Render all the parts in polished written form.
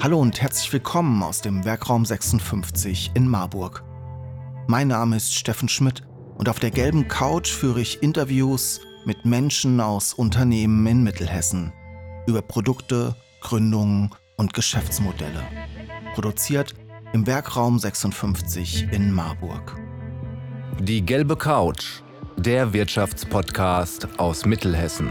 Hallo und herzlich willkommen aus dem Werkraum 56 in Marburg. Mein Name ist Steffen Schmidt und auf der gelben Couch führe ich Interviews mit Menschen aus Unternehmen in Mittelhessen über Produkte, Gründungen und Geschäftsmodelle. Produziert im Werkraum 56 in Marburg. Die gelbe Couch, der Wirtschaftspodcast aus Mittelhessen.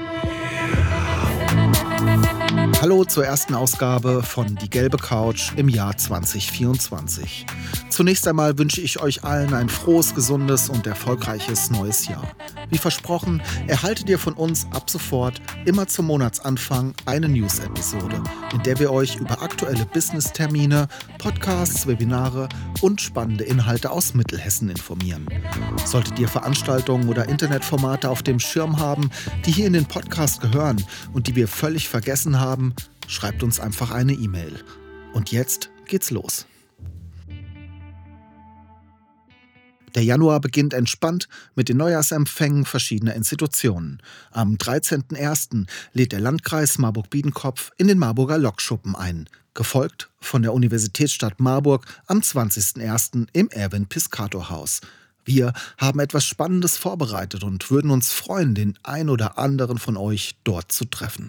Hallo zur ersten Ausgabe von Die gelbe Couch im Jahr 2024. Zunächst einmal wünsche ich euch allen ein frohes, gesundes und erfolgreiches neues Jahr. Wie versprochen, erhaltet ihr von uns ab sofort immer zum Monatsanfang eine News-Episode, in der wir euch über aktuelle Business-Termine, Podcasts, Webinare und spannende Inhalte aus Mittelhessen informieren. Solltet ihr Veranstaltungen oder Internetformate auf dem Schirm haben, die hier in den Podcast gehören und die wir völlig vergessen haben, schreibt uns einfach eine E-Mail. Und jetzt geht's los. Der Januar beginnt entspannt mit den Neujahrsempfängen verschiedener Institutionen. Am 13.01. lädt der Landkreis Marburg-Biedenkopf in den Marburger Lokschuppen ein, gefolgt von der Universitätsstadt Marburg am 20.01. im Erwin-Piscator-Haus. Wir haben etwas Spannendes vorbereitet und würden uns freuen, den ein oder anderen von euch dort zu treffen.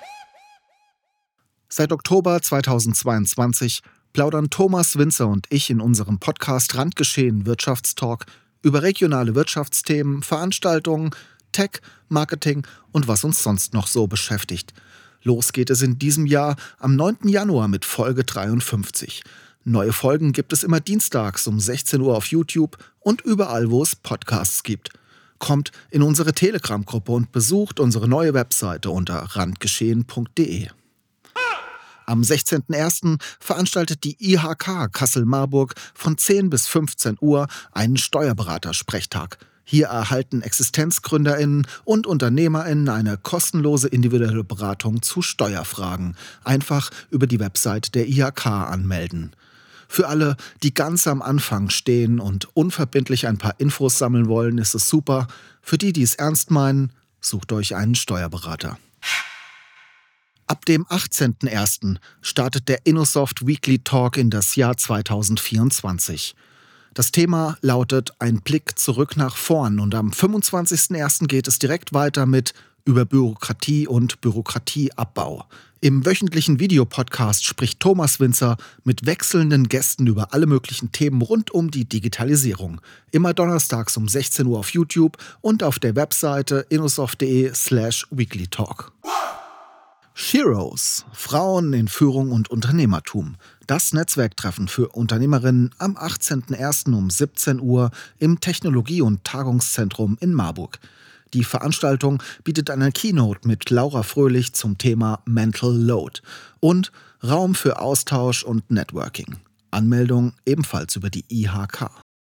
Seit Oktober 2022 plaudern Thomas Winzer und ich in unserem Podcast Randgeschehen Wirtschaftstalk über regionale Wirtschaftsthemen, Veranstaltungen, Tech, Marketing und was uns sonst noch so beschäftigt. Los geht es in diesem Jahr am 9. Januar mit Folge 53. Neue Folgen gibt es immer dienstags um 16 Uhr auf YouTube und überall, wo es Podcasts gibt. Kommt in unsere Telegram-Gruppe und besucht unsere neue Webseite unter randgeschehen.de. Am 16.01. veranstaltet die IHK Kassel-Marburg von 10 bis 15 Uhr einen Steuerberater-Sprechtag. Hier erhalten ExistenzgründerInnen und UnternehmerInnen eine kostenlose individuelle Beratung zu Steuerfragen. Einfach über die Website der IHK anmelden. Für alle, die ganz am Anfang stehen und unverbindlich ein paar Infos sammeln wollen, ist es super. Für die, die es ernst meinen, sucht euch einen Steuerberater. Ab dem 18.01. startet der InnoSoft Weekly Talk in das Jahr 2024. Das Thema lautet ein Blick zurück nach vorn und am 25.01. geht es direkt weiter mit über Bürokratie und Bürokratieabbau. Im wöchentlichen Videopodcast spricht Thomas Winzer mit wechselnden Gästen über alle möglichen Themen rund um die Digitalisierung. Immer donnerstags um 16 Uhr auf YouTube und auf der Webseite innosoft.de/weeklytalk. Sheroes, Frauen in Führung und Unternehmertum. Das Netzwerktreffen für Unternehmerinnen am 18.01. um 17 Uhr im Technologie- und Tagungszentrum in Marburg. Die Veranstaltung bietet eine Keynote mit Laura Fröhlich zum Thema Mental Load und Raum für Austausch und Networking. Anmeldung ebenfalls über die IHK.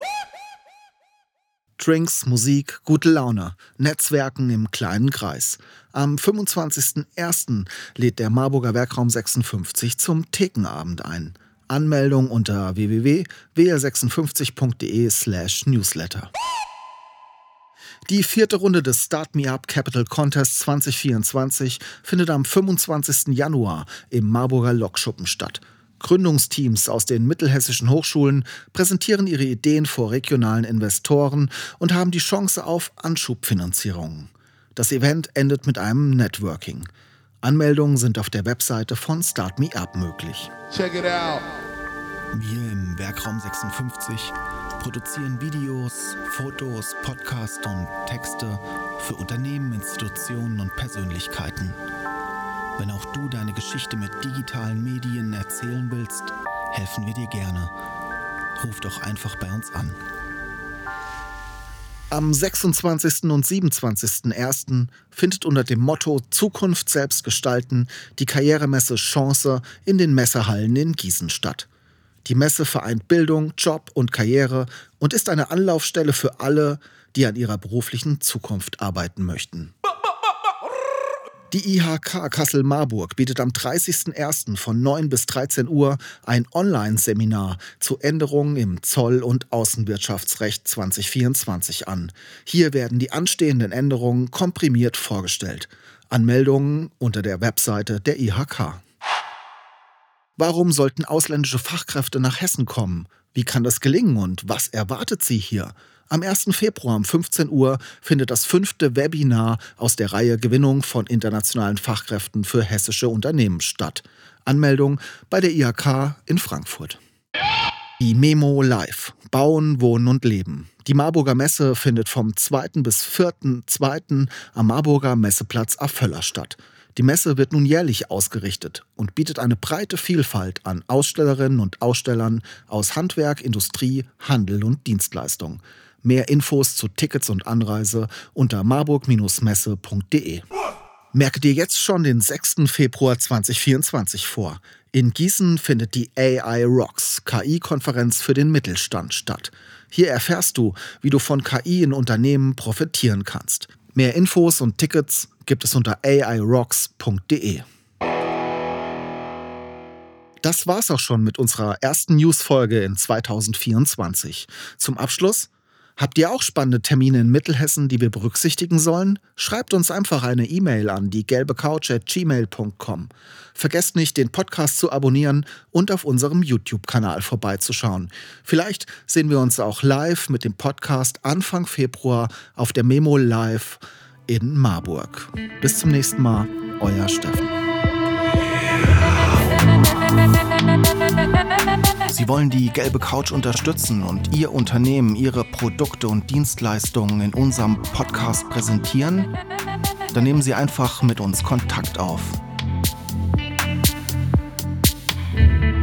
Drinks, Musik, gute Laune, Netzwerken im kleinen Kreis. Am 25.01. lädt der Marburger Werkraum 56 zum Thekenabend ein. Anmeldung unter www.wr56.de/newsletter. Die 4. Runde des Start Me Up Capital Contest 2024 findet am 25. Januar im Marburger Lokschuppen statt. Gründungsteams aus den mittelhessischen Hochschulen präsentieren ihre Ideen vor regionalen Investoren und haben die Chance auf Anschubfinanzierungen. Das Event endet mit einem Networking. Anmeldungen sind auf der Webseite von Start Me Up möglich. Check it out. Wir im Werkraum 56 produzieren Videos, Fotos, Podcasts und Texte für Unternehmen, Institutionen und Persönlichkeiten. Wenn auch du deine Geschichte mit digitalen Medien erzählen willst, helfen wir dir gerne. Ruf doch einfach bei uns an. Am 26. und 27.01. findet unter dem Motto Zukunft selbst gestalten die Karrieremesse Chance in den Messehallen in Gießen statt. Die Messe vereint Bildung, Job und Karriere und ist eine Anlaufstelle für alle, die an ihrer beruflichen Zukunft arbeiten möchten. Die IHK Kassel-Marburg bietet am 30.01. von 9 bis 13 Uhr ein Online-Seminar zu Änderungen im Zoll- und Außenwirtschaftsrecht 2024 an. Hier werden die anstehenden Änderungen komprimiert vorgestellt. Anmeldungen unter der Webseite der IHK. Warum sollten ausländische Fachkräfte nach Hessen kommen? Wie kann das gelingen und was erwartet sie hier? Am 1. Februar um 15 Uhr findet das 5. Webinar aus der Reihe Gewinnung von internationalen Fachkräften für hessische Unternehmen statt. Anmeldung bei der IHK in Frankfurt. Die Memo Live. Bauen, Wohnen und Leben. Die Marburger Messe findet vom 2. bis 4.2. am Marburger Messeplatz Aföller statt. Die Messe wird nun jährlich ausgerichtet und bietet eine breite Vielfalt an Ausstellerinnen und Ausstellern aus Handwerk, Industrie, Handel und Dienstleistung. Mehr Infos zu Tickets und Anreise unter marburg-messe.de. Merke dir jetzt schon den 6. Februar 2024 vor. In Gießen findet die AI Rocks, KI-Konferenz für den Mittelstand statt. Hier erfährst du, wie du von KI in Unternehmen profitieren kannst. Mehr Infos und Tickets gibt es unter airocks.de. Das war's auch schon mit unserer ersten News-Folge in 2024. Zum Abschluss: Habt ihr auch spannende Termine in Mittelhessen, die wir berücksichtigen sollen? Schreibt uns einfach eine E-Mail an diegelbecouch@gmail.com. Vergesst nicht, den Podcast zu abonnieren und auf unserem YouTube-Kanal vorbeizuschauen. Vielleicht sehen wir uns auch live mit dem Podcast Anfang Februar auf der Memo Live in Marburg. Bis zum nächsten Mal, euer Steffen. Sie wollen die Gelbe Couch unterstützen und Ihr Unternehmen, Ihre Produkte und Dienstleistungen in unserem Podcast präsentieren? Dann nehmen Sie einfach mit uns Kontakt auf.